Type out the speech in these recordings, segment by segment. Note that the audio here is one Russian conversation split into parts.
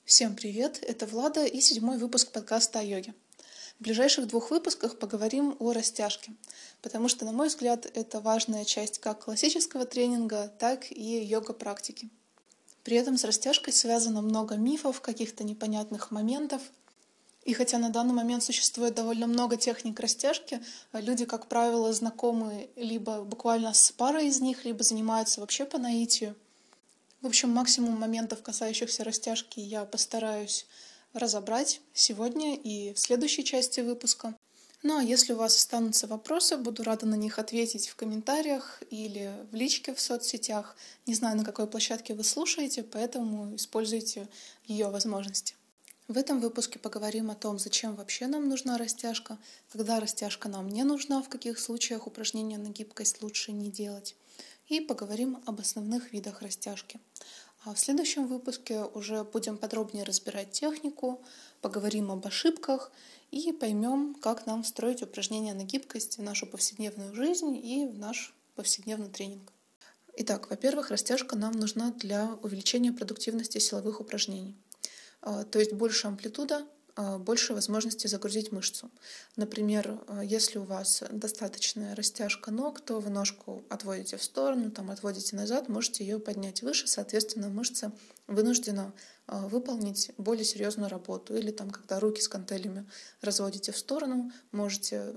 Всем привет, это Влада и 7-й выпуск подкаста о йоге. В ближайших 2 выпусках поговорим о растяжке, потому что, на мой взгляд, это важная часть как классического тренинга, так и йога-практики. При этом с растяжкой связано много мифов, каких-то непонятных моментов. И хотя на данный момент существует довольно много техник растяжки, люди, как правило, знакомы либо буквально с парой из них, либо занимаются вообще по наитию. В общем, максимум моментов, касающихся растяжки, я постараюсь разобрать сегодня и в следующей части выпуска. Ну а если у вас останутся вопросы, буду рада на них ответить в комментариях или в личке в соцсетях. Не знаю, на какой площадке вы слушаете, поэтому используйте ее возможности. В этом выпуске поговорим о том, зачем вообще нам нужна растяжка, когда растяжка нам не нужна, в каких случаях упражнения на гибкость лучше не делать. И поговорим об основных видах растяжки. А в следующем выпуске уже будем подробнее разбирать технику, поговорим об ошибках и поймем, как нам встроить упражнения на гибкость в нашу повседневную жизнь и в наш повседневный тренинг. Итак, во-первых, растяжка нам нужна для увеличения продуктивности силовых упражнений. То есть больше амплитуда, больше возможности загрузить мышцу. Например, если у вас достаточная растяжка ног, то вы ножку отводите в сторону, отводите назад, можете ее поднять выше, соответственно, мышца вынуждена выполнить более серьезную работу. Или когда руки с гантелями разводите в сторону, можете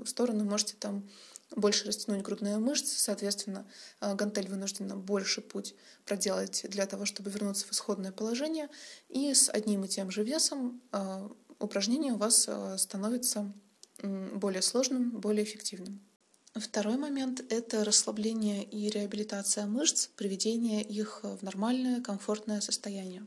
больше растянуть грудные мышцы, соответственно, гантель вынуждена больше путь проделать для того, чтобы вернуться в исходное положение, и с одним и тем же весом упражнение у вас становится более сложным, более эффективным. Второй момент – это расслабление и реабилитация мышц, приведение их в нормальное, комфортное состояние.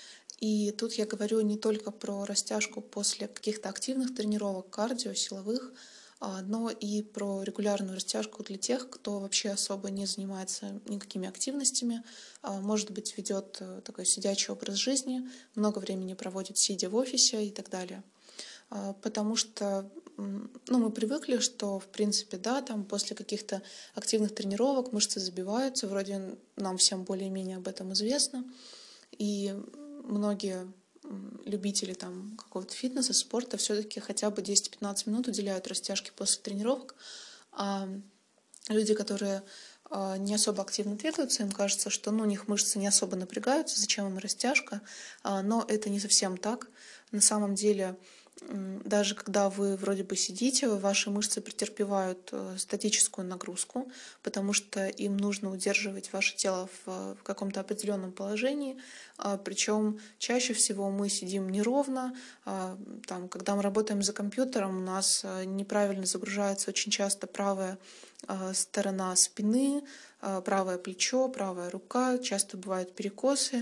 И тут я говорю не только про растяжку после каких-то активных тренировок, кардио, силовых, но и про регулярную растяжку для тех, кто вообще особо не занимается никакими активностями, может быть, ведет такой сидячий образ жизни, много времени проводит сидя в офисе и так далее. Потому что мы привыкли, что, в принципе, после каких-то активных тренировок мышцы забиваются, вроде нам всем более-менее об этом известно, и многие любители какого-то фитнеса, спорта все-таки хотя бы 10-15 минут уделяют растяжке после тренировок. А люди, которые не особо активно двигаются, им кажется, что у них мышцы не особо напрягаются, зачем им растяжка. Но это не совсем так. На самом деле, даже когда вы вроде бы сидите, ваши мышцы претерпевают статическую нагрузку, потому что им нужно удерживать ваше тело в каком-то определенном положении. Причем чаще всего мы сидим неровно. Когда мы работаем за компьютером, у нас неправильно загружается очень часто правая сторона спины, правое плечо, правая рука, часто бывают перекосы.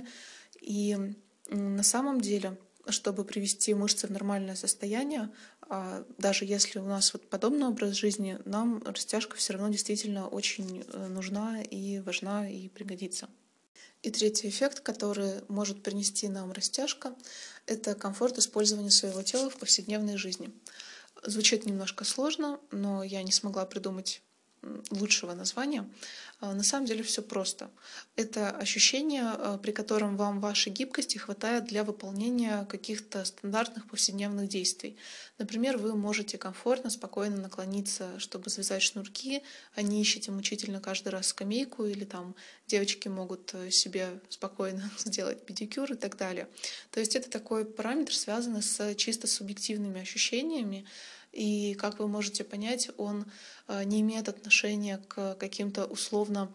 И на самом деле, чтобы привести мышцы в нормальное состояние, даже если у нас подобный образ жизни, нам растяжка все равно действительно очень нужна и важна и пригодится. И третий эффект, который может принести нам растяжка, это комфорт использования своего тела в повседневной жизни. Звучит немножко сложно, но я не смогла придумать лучшего названия. На самом деле все просто. Это ощущение, при котором вам вашей гибкости хватает для выполнения каких-то стандартных повседневных действий. Например, вы можете комфортно, спокойно наклониться, чтобы завязать шнурки, а не ищете мучительно каждый раз скамейку, или девочки могут себе спокойно сделать педикюр и так далее. То есть это такой параметр, связанный с чисто субъективными ощущениями, и, как вы можете понять, он не имеет отношения к каким-то условно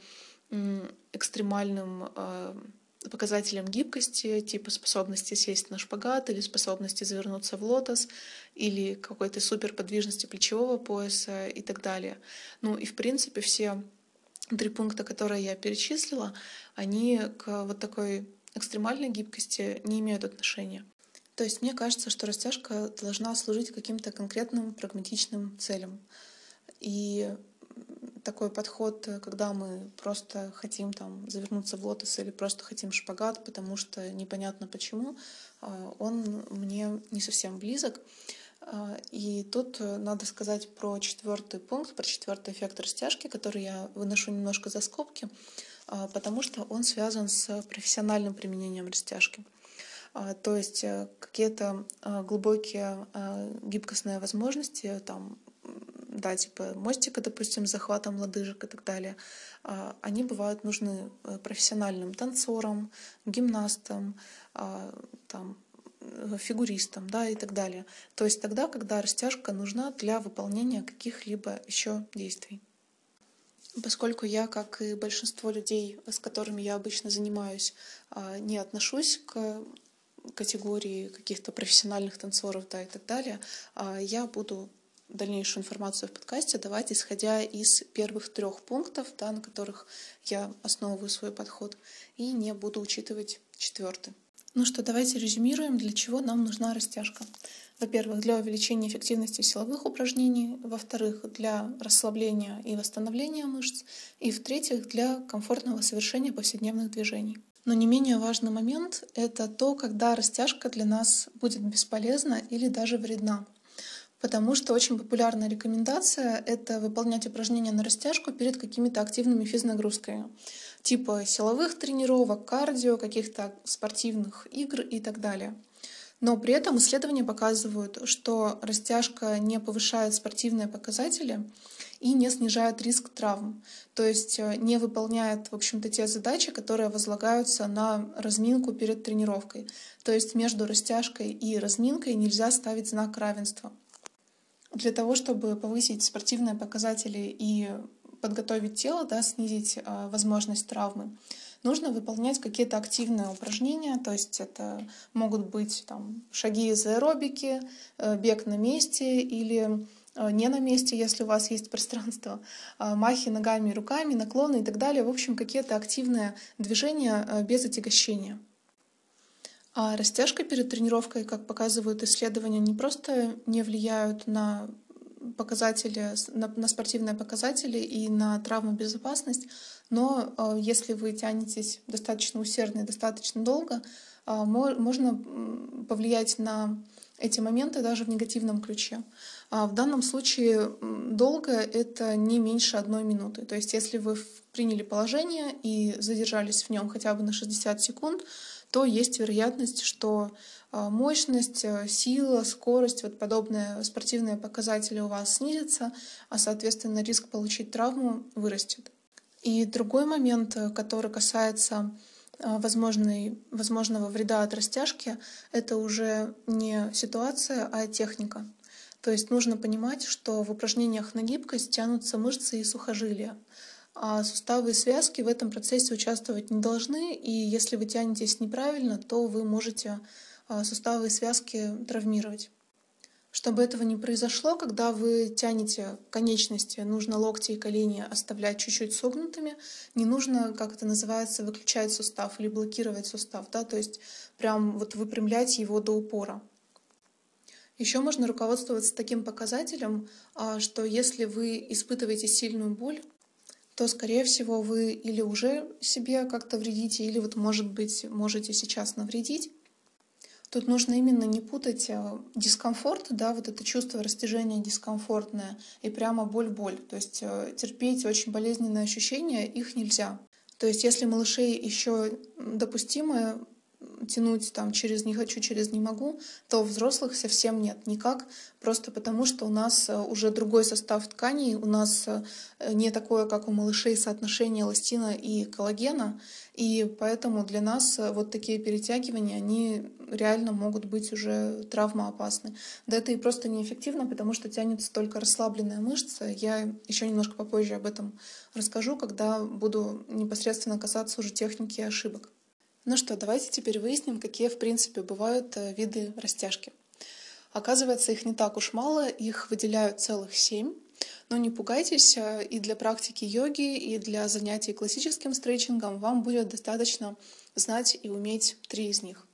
экстремальным показателям гибкости, типа способности сесть на шпагат или способности завернуться в лотос, или какой-то суперподвижности плечевого пояса и так далее. И, в принципе, все 3 пункта, которые я перечислила, они к такой экстремальной гибкости не имеют отношения. То есть мне кажется, что растяжка должна служить каким-то конкретным прагматичным целям. И такой подход, когда мы просто хотим завернуться в лотос или просто хотим шпагат, потому что непонятно почему, он мне не совсем близок. И тут надо сказать про 4-й пункт, про 4-й эффект растяжки, который я выношу немножко за скобки, потому что он связан с профессиональным применением растяжки. То есть какие-то глубокие гибкостные возможности, там, да, типа мостика, допустим, с захватом лодыжек и так далее, они бывают нужны профессиональным танцорам, гимнастам, там, фигуристам, да, и так далее. То есть тогда, когда растяжка нужна для выполнения каких-либо еще действий. Поскольку я, как и большинство людей, с которыми я обычно занимаюсь, не отношусь к категории каких-то профессиональных танцоров, да, и так далее, я буду дальнейшую информацию в подкасте давать, исходя из первых 3 пунктов, да, на которых я основываю свой подход, и не буду учитывать 4. Ну что, давайте резюмируем, для чего нам нужна растяжка. Во-первых, для увеличения эффективности силовых упражнений, во-вторых, для расслабления и восстановления мышц, и в-третьих, для комфортного совершения повседневных движений. Но не менее важный момент — это то, когда растяжка для нас будет бесполезна или даже вредна. Потому что очень популярная рекомендация — это выполнять упражнения на растяжку перед какими-то активными физнагрузками, типа силовых тренировок, кардио, каких-то спортивных игр и так далее. Но при этом исследования показывают, что растяжка не повышает спортивные показатели и не снижает риск травм. То есть не выполняет, в общем-то, те задачи, которые возлагаются на разминку перед тренировкой. То есть между растяжкой и разминкой нельзя ставить знак равенства. Для того, чтобы повысить спортивные показатели и подготовить тело, да, снизить возможность травмы, нужно выполнять какие-то активные упражнения, то есть это могут быть там, шаги из аэробики, бег на месте или не на месте, если у вас есть пространство, махи ногами и руками, наклоны и так далее. В общем, какие-то активные движения без отягощения. А растяжка перед тренировкой, как показывают исследования, не просто не влияют на показатели, на спортивные показатели и на травмобезопасность, но если вы тянетесь достаточно усердно и достаточно долго, можно повлиять на эти моменты даже в негативном ключе. В данном случае долго — это не меньше 1 минуты. То есть если вы приняли положение и задержались в нем хотя бы на 60 секунд, то есть вероятность, что мощность, сила, скорость, вот подобные спортивные показатели у вас снизятся, а, соответственно, риск получить травму вырастет. И другой момент, который касается возможного вреда от растяжки, это уже не ситуация, а техника. То есть нужно понимать, что в упражнениях на гибкость тянутся мышцы и сухожилия, а суставы и связки в этом процессе участвовать не должны, и если вы тянетесь неправильно, то вы можете суставы и связки травмировать. Чтобы этого не произошло, когда вы тянете конечности, нужно локти и колени оставлять чуть-чуть согнутыми, не нужно, как это называется, выключать сустав или блокировать сустав, да, то есть прям вот выпрямлять его до упора. Еще можно руководствоваться таким показателем, что если вы испытываете сильную боль, то, скорее всего, вы или уже себе как-то вредите, или вот, может быть, можете сейчас навредить. Тут нужно именно не путать дискомфорт, да, вот это чувство растяжения дискомфортное, и прямо боль-боль. То есть терпеть очень болезненные ощущения, их нельзя. То есть если малышей еще допустимо тянуть там через «не хочу», через «не могу», то взрослых совсем нет никак, просто потому что у нас уже другой состав тканей, у нас не такое, как у малышей, соотношение эластина и коллагена, и поэтому для нас вот такие перетягивания, они реально могут быть уже травмоопасны. Да это и просто неэффективно, потому что тянется только расслабленная мышца. Я еще немножко попозже об этом расскажу, когда буду непосредственно касаться уже техники и ошибок. Ну что, давайте теперь выясним, какие в принципе бывают виды растяжки. Оказывается, их не так уж мало, их выделяют целых 7. Но не пугайтесь, и для практики йоги, и для занятий классическим стретчингом вам будет достаточно знать и уметь 3 из них.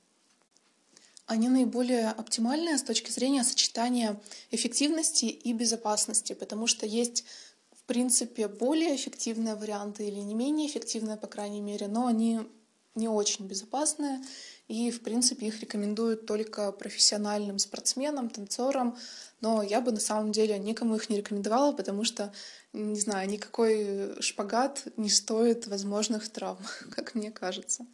Они наиболее оптимальные с точки зрения сочетания эффективности и безопасности, потому что есть в принципе более эффективные варианты или не менее эффективные, по крайней мере, но они не очень безопасные, и, в принципе, их рекомендуют только профессиональным спортсменам, танцорам, но я бы на самом деле никому их не рекомендовала, потому что, не знаю, никакой шпагат не стоит возможных травм, как мне кажется.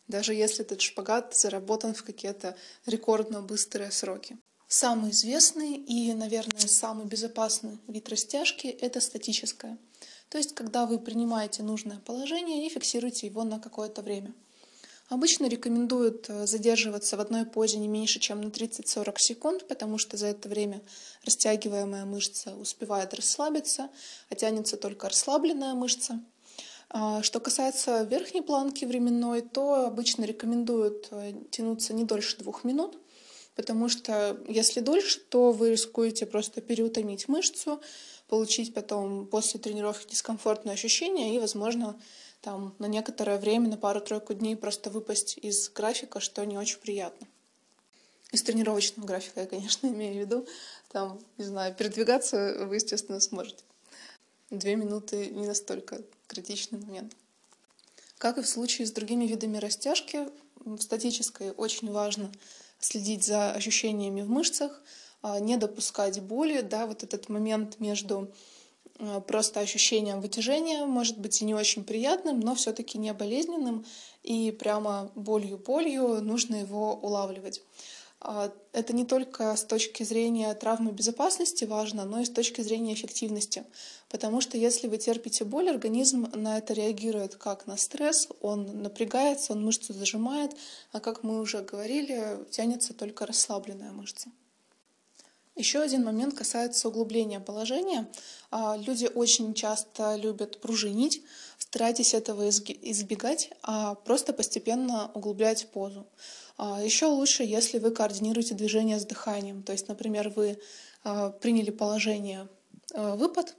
даже если этот шпагат заработан в какие-то рекордно быстрые сроки. Самый известный и, наверное, самый безопасный вид растяжки — это статическая. То есть, когда вы принимаете нужное положение и фиксируете его на какое-то время. Обычно рекомендуют задерживаться в одной позе не меньше, чем на 30-40 секунд, потому что за это время растягиваемая мышца успевает расслабиться, а тянется только расслабленная мышца. Что касается верхней планки временной, то обычно рекомендуют тянуться не дольше 2 минут, потому что если дольше, то вы рискуете просто переутомить мышцу, получить потом после тренировки дискомфортные ощущения и, возможно, там на некоторое время, на пару-тройку дней просто выпасть из графика, что не очень приятно. Из тренировочного графика я, конечно, имею в виду. Там, не знаю, передвигаться вы, естественно, сможете. 2 минуты не настолько критичный момент. Как и в случае с другими видами растяжки, в статической очень важно следить за ощущениями в мышцах, не допускать боли, да, вот этот момент между просто ощущением вытяжения может быть и не очень приятным, но все-таки не болезненным, и прямо болью нужно его улавливать. Это не только с точки зрения травмы безопасности важно, но и с точки зрения эффективности. Потому что если вы терпите боль, организм на это реагирует как на стресс, он напрягается, он мышцу зажимает, а как мы уже говорили, тянется только расслабленная мышца. Еще один момент касается углубления положения. Люди очень часто любят пружинить. Старайтесь этого избегать, а просто постепенно углублять позу. Еще лучше, если вы координируете движение с дыханием. То есть, например, вы приняли положение выпад,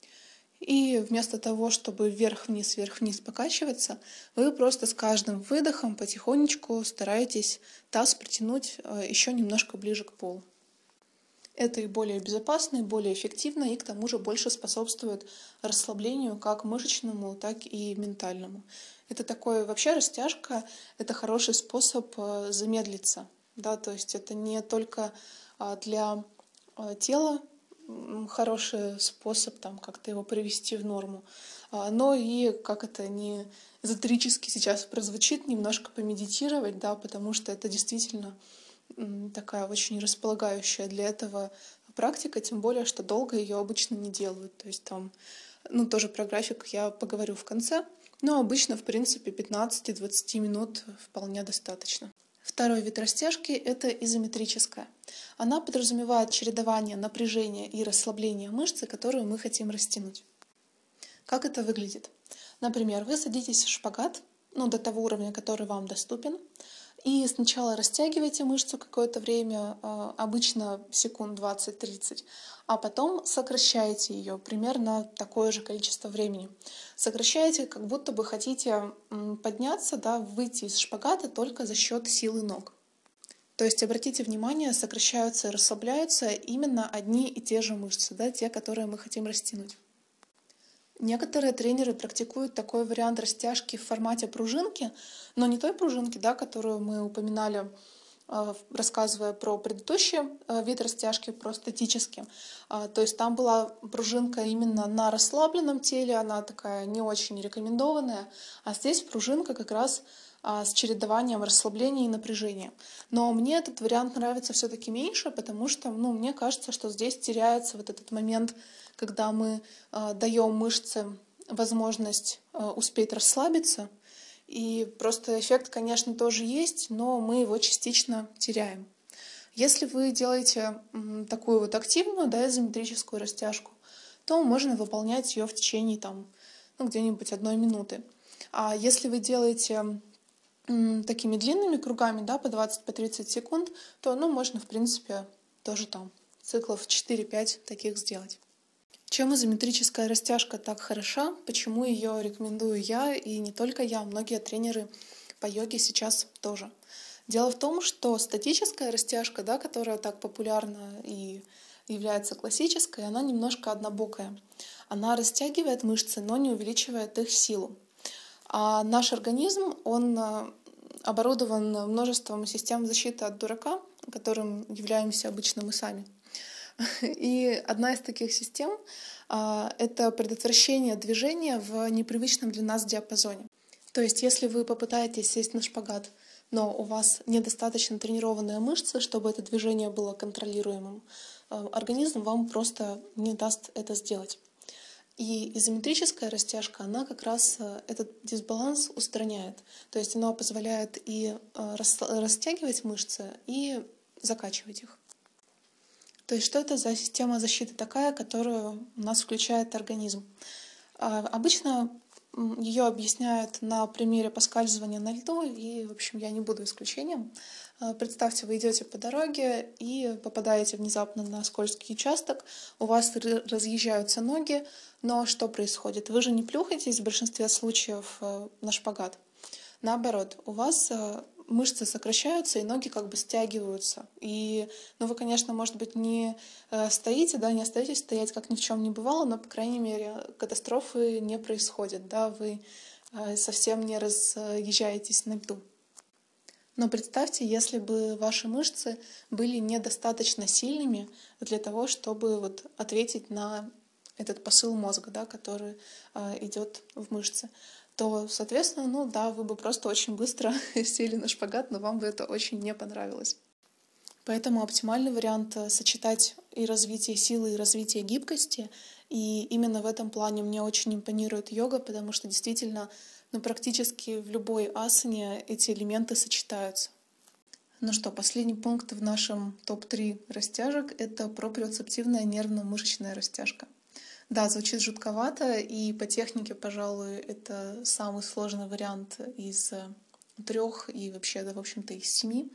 и вместо того, чтобы вверх-вниз покачиваться, вы просто с каждым выдохом потихонечку стараетесь таз притянуть еще немножко ближе к полу. Это и более безопасно, и более эффективно, и к тому же больше способствует расслаблению как мышечному, так и ментальному. Это такое, вообще растяжка — это хороший способ замедлиться. Да? То есть это не только для тела хороший способ там, как-то его привести в норму, но и, как это не эзотерически сейчас прозвучит, немножко помедитировать, да, потому что это действительно такая очень располагающая для этого практика, тем более, что долго ее обычно не делают. То есть там, тоже про график я поговорю в конце, но обычно, в принципе, 15-20 минут вполне достаточно. Второй вид растяжки — это изометрическая. Она подразумевает чередование напряжения и расслабления мышцы, которую мы хотим растянуть. Как это выглядит? Например, вы садитесь в шпагат, до того уровня, который вам доступен, и сначала растягиваете мышцу какое-то время, обычно секунд 20-30, а потом сокращаете ее примерно такое же количество времени. Сокращаете, как будто бы хотите подняться, да, выйти из шпагата только за счет силы ног. То есть, обратите внимание, сокращаются и расслабляются именно одни и те же мышцы, да, те, которые мы хотим растянуть. Некоторые тренеры практикуют такой вариант растяжки в формате пружинки, но не той пружинки, да, которую мы упоминали, рассказывая про предыдущий вид растяжки, про статический. То есть там была пружинка именно на расслабленном теле, она такая не очень рекомендованная, а здесь пружинка как раз с чередованием расслабления и напряжения. Но мне этот вариант нравится все-таки меньше, потому что, мне кажется, что здесь теряется вот этот момент, когда мы даем мышце возможность успеть расслабиться. И просто эффект, конечно, тоже есть, но мы его частично теряем. Если вы делаете такую вот активную, да, изометрическую растяжку, то можно выполнять ее в течение где-нибудь 1 минуты. А если вы делаете такими длинными кругами, да, по 20-30 секунд, то можно, в принципе, тоже циклов 4-5 таких сделать. Чем изометрическая растяжка так хороша, почему ее рекомендую я, и не только я, многие тренеры по йоге сейчас тоже. Дело в том, что статическая растяжка, да, которая так популярна и является классической, она немножко однобокая. Она растягивает мышцы, но не увеличивает их силу. А наш организм, он оборудован множеством систем защиты от дурака, которым являемся обычно мы сами. И одна из таких систем — это предотвращение движения в непривычном для нас диапазоне. То есть, если вы попытаетесь сесть на шпагат, но у вас недостаточно тренированные мышцы, чтобы это движение было контролируемым, организм вам просто не даст это сделать. И изометрическая растяжка, она как раз этот дисбаланс устраняет. То есть она позволяет и растягивать мышцы, и закачивать их. То есть что это за система защиты такая, которую у нас включает организм? Обычно ее объясняют на примере поскальзывания на льду, и, в общем, я не буду исключением. Представьте, вы идете по дороге и попадаете внезапно на скользкий участок, у вас разъезжаются ноги, но что происходит? Вы же не плюхаетесь в большинстве случаев на шпагат. Наоборот, у вас мышцы сокращаются, и ноги как бы стягиваются. И, ну, вы, конечно, может быть, не стоите, да, не остаетесь стоять, как ни в чем не бывало, но, по крайней мере, катастрофы не происходит, да, вы совсем не разъезжаетесь на льду. Но представьте, если бы ваши мышцы были недостаточно сильными для того, чтобы вот ответить на этот посыл мозга, да, который идет в мышцы, то, соответственно, ну да, вы бы просто очень быстро сели на шпагат, но вам бы это очень не понравилось. Поэтому оптимальный вариант сочетать и развитие силы, и развитие гибкости. И именно в этом плане мне очень импонирует йога, потому что действительно, ну, практически в любой асане эти элементы сочетаются. Ну что, последний пункт в нашем топ-3 растяжек — это проприоцептивная нервно-мышечная растяжка. Да, звучит жутковато, и по технике, пожалуй, это самый сложный вариант из 3 и вообще, да, в общем-то, из 7,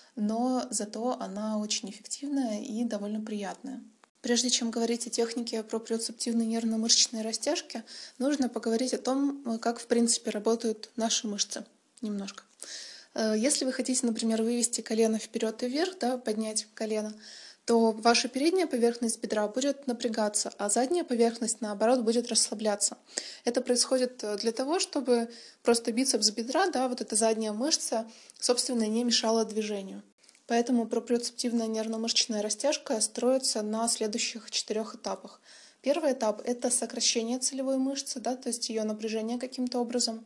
но зато она очень эффективная и довольно приятная. Прежде чем говорить о технике проприоцептивной нервно-мышечной растяжки, нужно поговорить о том, как, в принципе, работают наши мышцы немножко. Если вы хотите, например, вывести колено вперед и вверх, да, поднять колено, то ваша передняя поверхность бедра будет напрягаться, а задняя поверхность, наоборот, будет расслабляться. Это происходит для того, чтобы просто бицепс бедра, да, вот эта задняя мышца, собственно, не мешала движению. Поэтому проприоцептивная нервно-мышечная растяжка строится на следующих 4 этапах. Первый этап — это сокращение целевой мышцы, да, то есть ее напряжение каким-то образом.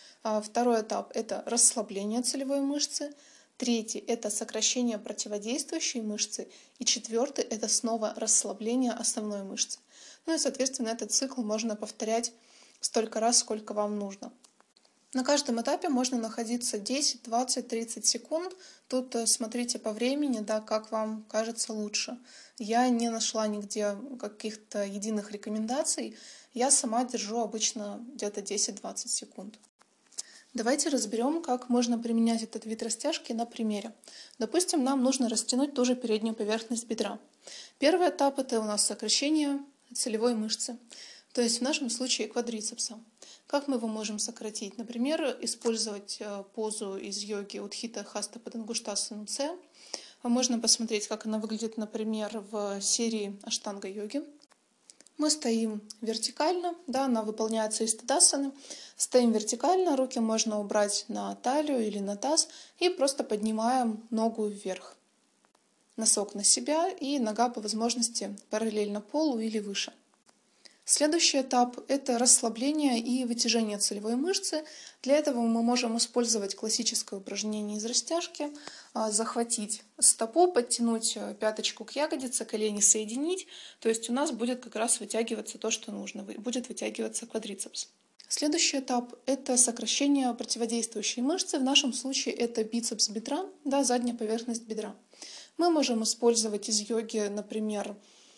Второй этап — это расслабление целевой мышцы. Третий — это сокращение противодействующей мышцы. И четвертый — это снова расслабление основной мышцы. Ну и, соответственно, этот цикл можно повторять столько раз, сколько вам нужно. На каждом этапе можно находиться 10, 20, 30 секунд. Тут смотрите по времени, да, как вам кажется лучше. Я не нашла нигде каких-то единых рекомендаций. Я сама держу обычно где-то 10-20 секунд. Давайте разберем, как можно применять этот вид растяжки на примере. Допустим, нам нужно растянуть ту же переднюю поверхность бедра. Первый этап — это у нас сокращение целевой мышцы, то есть в нашем случае квадрицепса. Как мы его можем сократить? Например, использовать позу из йоги Удхита Хаста Падангуштасана Ц. Можно посмотреть, как она выглядит, например, в серии Аштанга-йоги. Мы стоим вертикально, да, она выполняется из тадасаны. Стоим вертикально, руки можно убрать на талию или на таз и просто поднимаем ногу вверх. Носок на себя и нога по возможности параллельно полу или выше. Следующий этап — это расслабление и вытяжение целевой мышцы. Для этого мы можем использовать классическое упражнение из растяжки, захватить стопу, подтянуть пяточку к ягодице, колени соединить. То есть у нас будет как раз вытягиваться то, что нужно, будет вытягиваться квадрицепс. Следующий этап — это сокращение противодействующей мышцы. В нашем случае это бицепс бедра, да, задняя поверхность бедра. Мы можем использовать из йоги, например,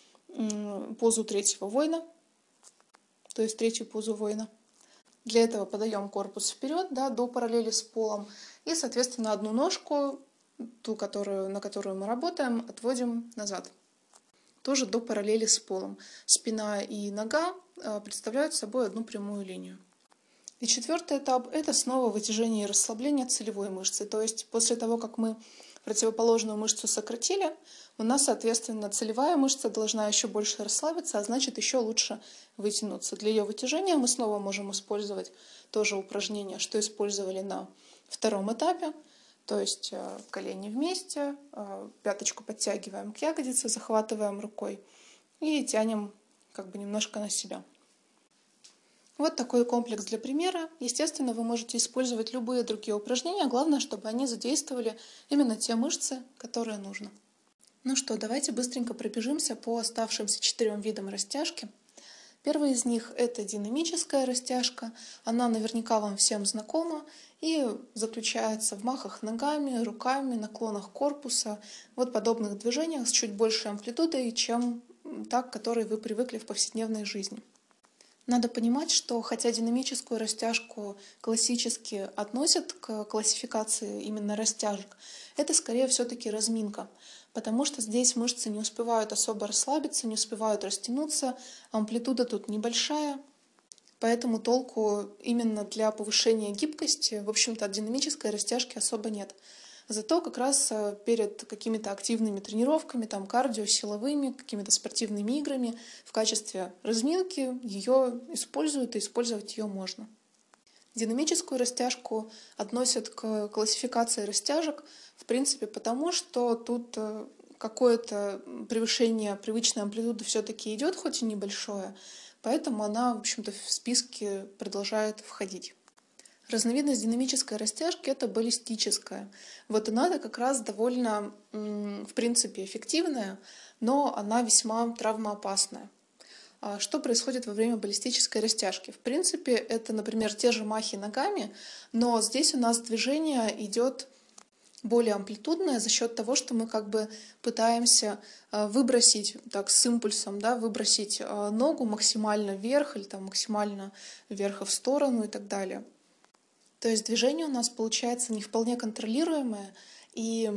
позу третьего воина, то есть третью позу воина. Для этого подаем корпус вперед, да, до параллели с полом. И, соответственно, одну ножку, ту, на которую мы работаем, отводим назад. Тоже до параллели с полом. Спина и нога представляют собой одну прямую линию. И четвертый этап — это снова вытяжение и расслабление целевой мышцы. То есть после того, как мы противоположную мышцу сократили, у нас, соответственно, целевая мышца должна еще больше расслабиться, а значит, еще лучше вытянуться. Для ее вытяжения мы снова можем использовать тоже упражнение, что использовали на втором этапе. То есть колени вместе, пяточку подтягиваем к ягодице, захватываем рукой и тянем как бы немножко на себя. Вот такой комплекс для примера. Естественно, вы можете использовать любые другие упражнения, главное, чтобы они задействовали именно те мышцы, которые нужно. Ну что, давайте быстренько пробежимся по оставшимся 4 видам растяжки. Первый из них – это динамическая растяжка. Она наверняка вам всем знакома и заключается в махах ногами, руками, наклонах корпуса, вот подобных движениях с чуть большей амплитудой, чем так, к которой вы привыкли в повседневной жизни. Надо понимать, что хотя динамическую растяжку классически относят к классификации именно растяжек, это скорее все-таки разминка, потому что здесь мышцы не успевают особо расслабиться, не успевают растянуться, амплитуда тут небольшая, поэтому толку именно для повышения гибкости, в общем-то, от динамической растяжки особо нет. Зато как раз перед какими-то активными тренировками, там кардио, силовыми, какими-то спортивными играми в качестве разминки ее используют, и использовать ее можно. Динамическую растяжку относят к классификации растяжек, в принципе, потому что тут какое-то превышение привычной амплитуды все-таки идет, хоть и небольшое, поэтому она, в общем-то, в списке продолжает входить. Разновидность динамической растяжки – это баллистическая. Вот она-то как раз довольно, в принципе, эффективная, но она весьма травмоопасная. Что происходит во время баллистической растяжки? В принципе, это, например, те же махи ногами, но здесь у нас движение идет более амплитудное за счет того, что мы как бы пытаемся выбросить так с импульсом, да, выбросить ногу максимально вверх или там максимально вверх и в сторону и так далее. То есть движение у нас получается не вполне контролируемое, и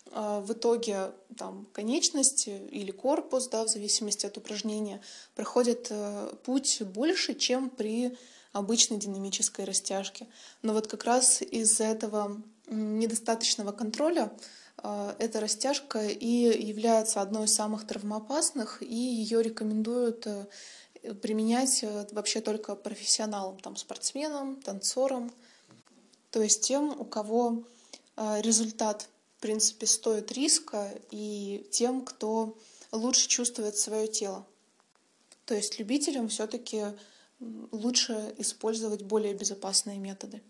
в итоге там, конечность или корпус, да, в зависимости от упражнения, проходит путь больше, чем при обычной динамической растяжке. Но вот как раз из-за этого недостаточного контроля эта растяжка и является одной из самых травмоопасных, и ее рекомендуют применять вообще только профессионалам, там, спортсменам, танцорам. То есть тем, у кого результат, в принципе, стоит риска, и тем, кто лучше чувствует свое тело. То есть любителям все-таки лучше использовать более безопасные методы.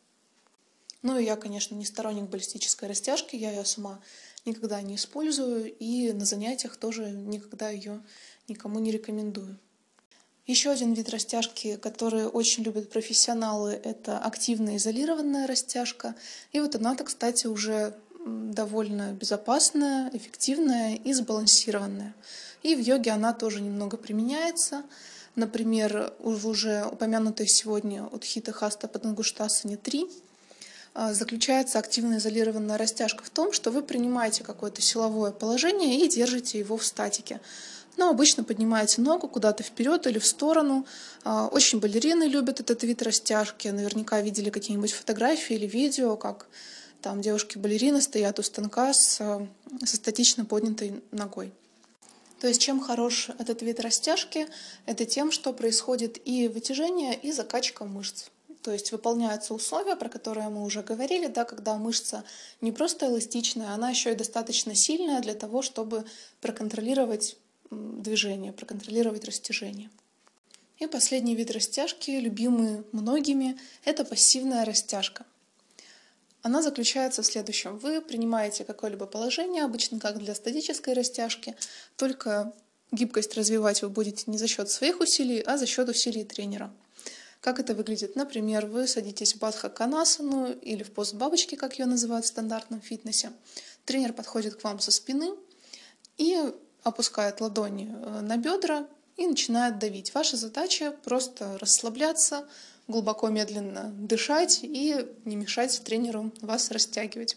Ну и я, конечно, не сторонник баллистической растяжки, я ее сама никогда не использую, и на занятиях тоже никогда ее никому не рекомендую. Еще один вид растяжки, который очень любят профессионалы, это активная изолированная растяжка. И вот она-то, кстати, уже довольно безопасная, эффективная и сбалансированная. И в йоге она тоже немного применяется. Например, в уже упомянутой сегодня Удхита Хаста Падангуштасане 3 заключается активно изолированная растяжка в том, что вы принимаете какое-то силовое положение и держите его в статике. Но обычно поднимаете ногу куда-то вперед или в сторону. Очень балерины любят этот вид растяжки. Наверняка видели какие-нибудь фотографии или видео, как там девушки-балерины стоят у станка со статично поднятой ногой. То есть чем хорош этот вид растяжки? Это тем, что происходит и вытяжение, и закачка мышц. То есть выполняются условия, про которые мы уже говорили, да, когда мышца не просто эластичная, она еще и достаточно сильная для того, чтобы проконтролировать движение, проконтролировать растяжение. И последний вид растяжки, любимый многими, это пассивная растяжка. Она заключается в следующем. Вы принимаете какое-либо положение, обычно как для статической растяжки, только гибкость развивать вы будете не за счет своих усилий, а за счет усилий тренера. Как это выглядит? Например, вы садитесь в бадха-конасану или в пост бабочки, как ее называют в стандартном фитнесе. Тренер подходит к вам со спины и опускает ладони на бедра и начинает давить. Ваша задача просто расслабляться, глубоко, медленно дышать и не мешать тренеру вас растягивать.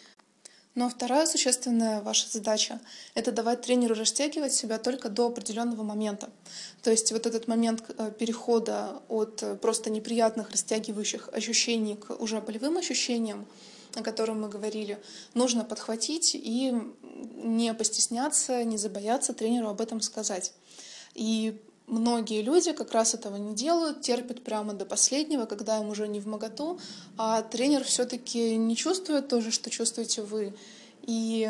Но вторая существенная ваша задача – это давать тренеру растягивать себя только до определенного момента. То есть вот этот момент перехода от просто неприятных растягивающих ощущений к уже болевым ощущениям, о котором мы говорили, нужно подхватить и не постесняться, не забояться тренеру об этом сказать. И многие люди как раз этого не делают, терпят прямо до последнего, когда им уже не вмоготу, а тренер все-таки не чувствует то же, что чувствуете вы. И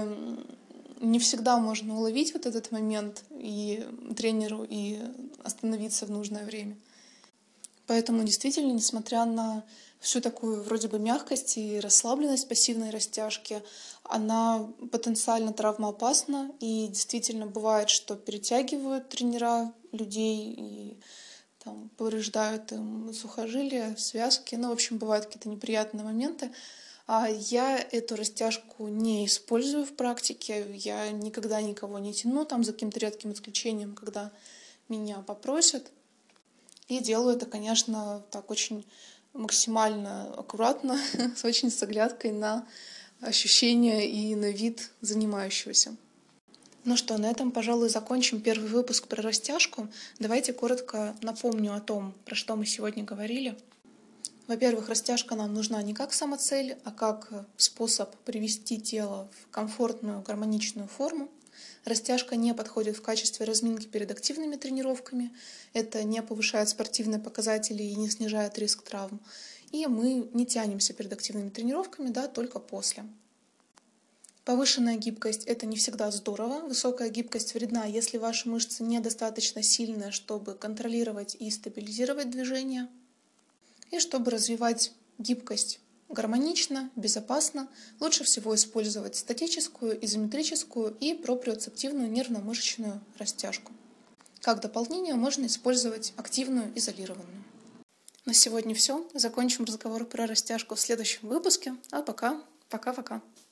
не всегда можно уловить вот этот момент и тренеру, и остановиться в нужное время. Поэтому действительно, несмотря на всю такую вроде бы мягкость и расслабленность пассивной растяжки, она потенциально травмоопасна. И действительно бывает, что перетягивают тренера людей и там, повреждают им сухожилия, связки. Ну, в общем, бывают какие-то неприятные моменты. А я эту растяжку не использую в практике. Я никогда никого не тяну, там за каким-то редким исключением, когда меня попросят. И делаю это, конечно, так очень максимально аккуратно, очень с оглядкой на ощущения и на вид занимающегося. Ну что, на этом, пожалуй, закончим первый выпуск про растяжку. Давайте коротко напомню о том, про что мы сегодня говорили. Во-первых, растяжка нам нужна не как самоцель, а как способ привести тело в комфортную, гармоничную форму. Растяжка не подходит в качестве разминки перед активными тренировками. Это не повышает спортивные показатели и не снижает риск травм. И мы не тянемся перед активными тренировками, да, только после. Повышенная гибкость – это не всегда здорово. Высокая гибкость вредна, если ваши мышцы недостаточно сильные, чтобы контролировать и стабилизировать движение. И чтобы развивать гибкость гармонично, безопасно, лучше всего использовать статическую, изометрическую и проприоцептивную нервно-мышечную растяжку. Как дополнение можно использовать активную изолированную. На сегодня все. Закончим разговор про растяжку в следующем выпуске. А пока. Пока-пока.